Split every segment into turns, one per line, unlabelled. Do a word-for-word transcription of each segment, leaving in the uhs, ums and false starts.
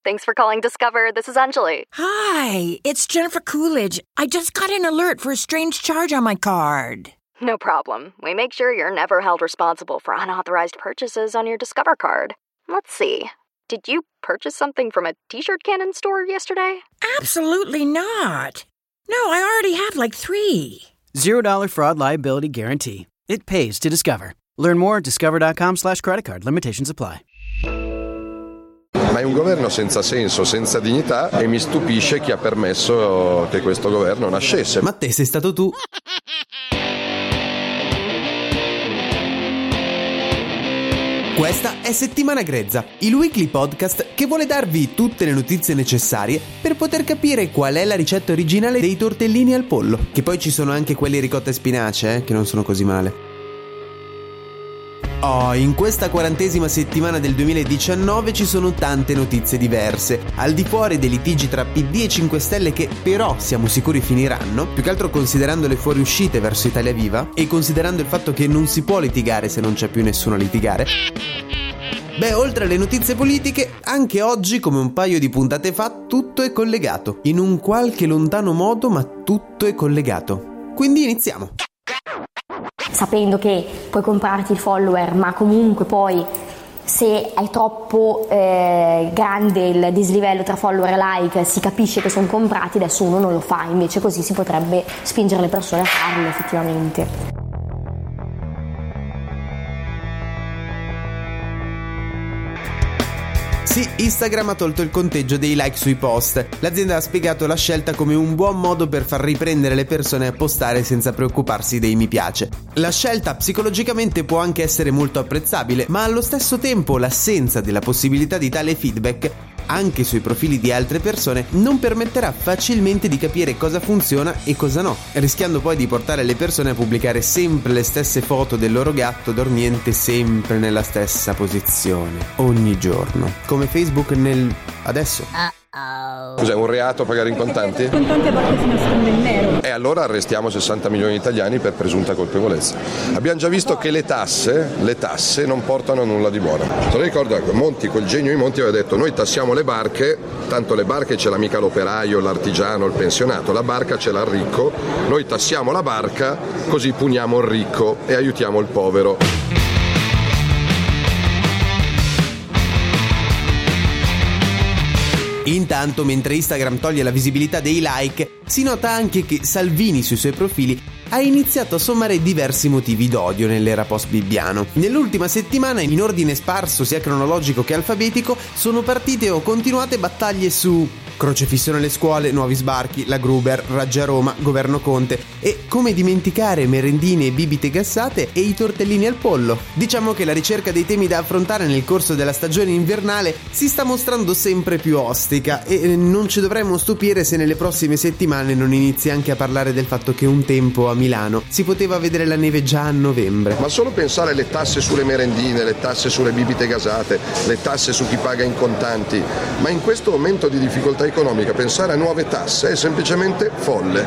Thanks for calling Discover. This is Anjali.
Hi, it's Jennifer Coolidge. I just got an alert for a strange charge on my card.
No problem. We make sure you're never held responsible for unauthorized purchases on your Discover card. Let's see. Did you purchase something from a t-shirt cannon store yesterday?
Absolutely not. No, I already have like three.
Zero dollar fraud liability guarantee. It pays to Discover. Learn more at discover.com slash credit card. Limitations apply.
Ma è un governo senza senso, senza dignità, e mi stupisce chi ha permesso che questo governo nascesse.
Ma te sei stato tu. Questa è Settimana Grezza, il weekly podcast che vuole darvi tutte le notizie necessarie per poter capire qual è la ricetta originale dei tortellini al pollo. Che poi ci sono anche quelli ricotta e spinace, eh, che non sono così male. Oh, in questa quarantesima settimana del duemiladiciannove ci sono tante notizie diverse, al di fuori dei litigi tra P D e cinque Stelle che però siamo sicuri finiranno, più che altro considerando le fuoriuscite verso Italia Viva e considerando il fatto che non si può litigare se non c'è più nessuno a litigare. Beh, oltre alle notizie politiche, anche oggi, come un paio di puntate fa, tutto è collegato, in un qualche lontano modo, ma tutto è collegato. Quindi iniziamo!
Sapendo che puoi comprarti il follower, ma comunque poi se è troppo eh, grande il dislivello tra follower e like si capisce che sono comprati, adesso uno non lo fa, invece così si potrebbe spingere le persone a farlo effettivamente.
Sì, Instagram ha tolto il conteggio dei like sui post. L'azienda ha spiegato la scelta come un buon modo per far riprendere le persone a postare senza preoccuparsi dei mi piace. La scelta psicologicamente può anche essere molto apprezzabile, ma allo stesso tempo l'assenza della possibilità di tale feedback anche sui profili di altre persone non permetterà facilmente di capire cosa funziona e cosa no, rischiando poi di portare le persone a pubblicare sempre le stesse foto del loro gatto dormiente sempre nella stessa posizione ogni giorno, come Facebook nel adesso.
Cos'è, un reato pagare in contanti?
Contanti a volte si nasconde in nero.
E allora arrestiamo sessanta milioni di italiani per presunta colpevolezza. Abbiamo già visto che le tasse, le tasse non portano a nulla di buono. Se lo ricordo, ecco, Monti, quel genio di Monti aveva detto: noi tassiamo le barche, tanto le barche ce l'ha mica l'operaio, l'artigiano, il pensionato, la barca ce l'ha il ricco, noi tassiamo la barca così puniamo il ricco e aiutiamo il povero.
Intanto, mentre Instagram toglie la visibilità dei like, si nota anche che Salvini sui suoi profili ha iniziato a sommare diversi motivi d'odio nell'era post-bibbiano. Nell'ultima settimana, in ordine sparso sia cronologico che alfabetico, sono partite o continuate battaglie su crocefisso nelle scuole, nuovi sbarchi, la Gruber, Raggi a Roma, governo Conte e come dimenticare merendine e bibite gassate e i tortellini al pollo. Diciamo che la ricerca dei temi da affrontare nel corso della stagione invernale si sta mostrando sempre più ostica e non ci dovremmo stupire se nelle prossime settimane non inizi anche a parlare del fatto che un tempo a Milano si poteva vedere la neve già a novembre.
Ma solo pensare alle tasse sulle merendine, le tasse sulle bibite gasate, le tasse su chi paga in contanti, ma in questo momento di difficoltà economica pensare a nuove tasse è semplicemente folle.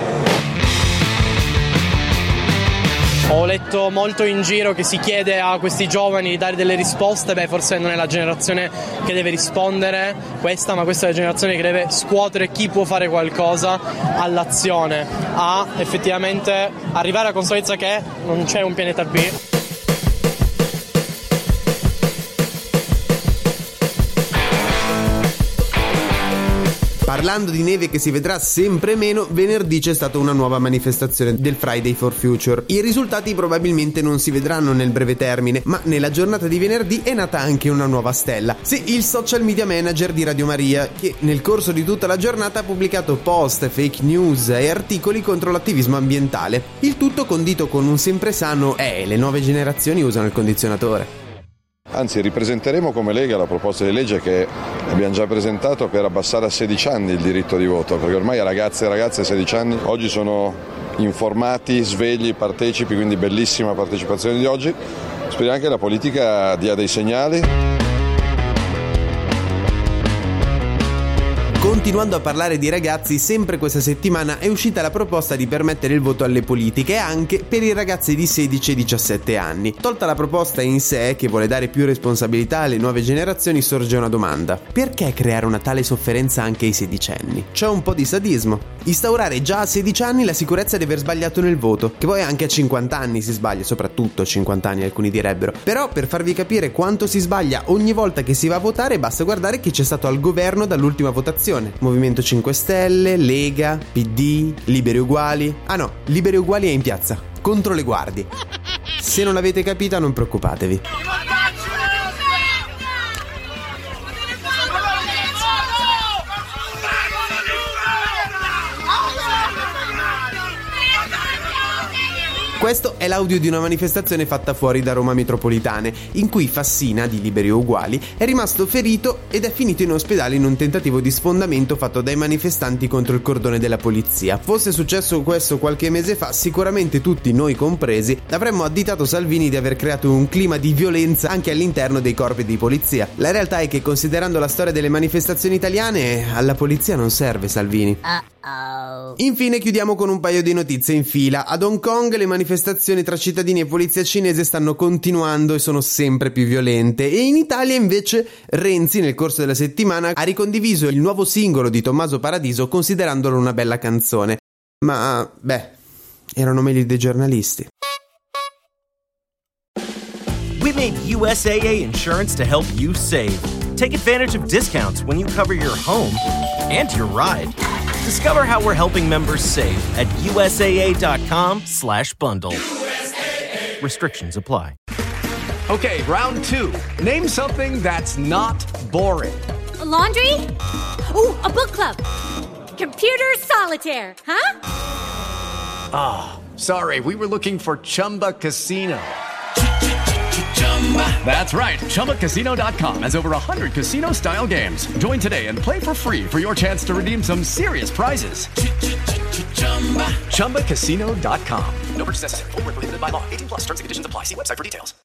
Ho letto molto in giro che si chiede a questi giovani di dare delle risposte. Beh, forse non è la generazione che deve rispondere questa, ma questa è la generazione che deve scuotere chi può fare qualcosa all'azione, a effettivamente arrivare alla consapevolezza che non c'è un pianeta B.
Parlando di neve che si vedrà sempre meno, venerdì c'è stata una nuova manifestazione del Friday for Future. I risultati probabilmente non si vedranno nel breve termine, ma nella giornata di venerdì è nata anche una nuova stella. Sì, il social media manager di Radio Maria, che nel corso di tutta la giornata ha pubblicato post, fake news e articoli contro l'attivismo ambientale. Il tutto condito con un sempre sano eh, le nuove generazioni usano il condizionatore.
Anzi, ripresenteremo come Lega la proposta di legge che abbiamo già presentato per abbassare a sedici anni il diritto di voto, perché ormai ragazze e ragazze a sedici anni oggi sono informati, svegli, partecipi, quindi bellissima partecipazione di oggi. Speriamo che la politica dia dei segnali.
continuando a parlare di ragazzi, sempre questa settimana è uscita la proposta di permettere il voto alle politiche anche per i ragazzi di sedici e diciassette anni. Tolta la proposta in sé, che vuole dare più responsabilità alle nuove generazioni, sorge una domanda: perché creare una tale sofferenza anche ai sedicenni? C'è un po' di sadismo. Instaurare già a sedici anni la sicurezza di aver sbagliato nel voto, che poi anche a cinquanta anni si sbaglia, soprattutto a cinquanta anni alcuni direbbero. Però per farvi capire quanto si sbaglia ogni volta che si va a votare basta guardare chi c'è stato al governo dall'ultima votazione. Movimento cinque Stelle, Lega, P D, Liberi Uguali. Ah no, Liberi Uguali è in piazza, contro le guardie. Se non l'avete capita non preoccupatevi. Questo è l'audio di una manifestazione fatta fuori da Roma Metropolitane, in cui Fassina, di Liberi Uguali, è rimasto ferito ed è finito in ospedale in un tentativo di sfondamento fatto dai manifestanti contro il cordone della polizia. Fosse successo questo qualche mese fa, sicuramente tutti, noi compresi, avremmo additato Salvini di aver creato un clima di violenza anche all'interno dei corpi di polizia. La realtà è che, considerando la storia delle manifestazioni italiane, alla polizia non serve Salvini. Uh-oh. Infine chiudiamo con un paio di notizie in fila. Ad Hong Kong le manifestazioni tra cittadini e polizia cinese stanno continuando e sono sempre più violente, e in Italia invece Renzi nel corso della settimana ha ricondiviso il nuovo singolo di Tommaso Paradiso considerandolo una bella canzone. Ma beh, erano meglio dei giornalisti.
We made U S A A Insurance to help you save. Take advantage of discounts when you cover your home and your ride. Discover how we're helping members save at U S A A dot com slash bundle. U S A A. Restrictions apply.
Okay, round two. Name something that's not boring.
A laundry? Ooh, a book club. Computer solitaire, huh?
Ah, oh, sorry, we were looking for Chumba Casino. That's right, Chumba Casino dot com has over one hundred casino-style games. Join today and play for free for your chance to redeem some serious prizes. Chumba Casino dot com. No purchase necessary. Void where prohibited by law. eighteen plus terms and conditions apply. See website for details.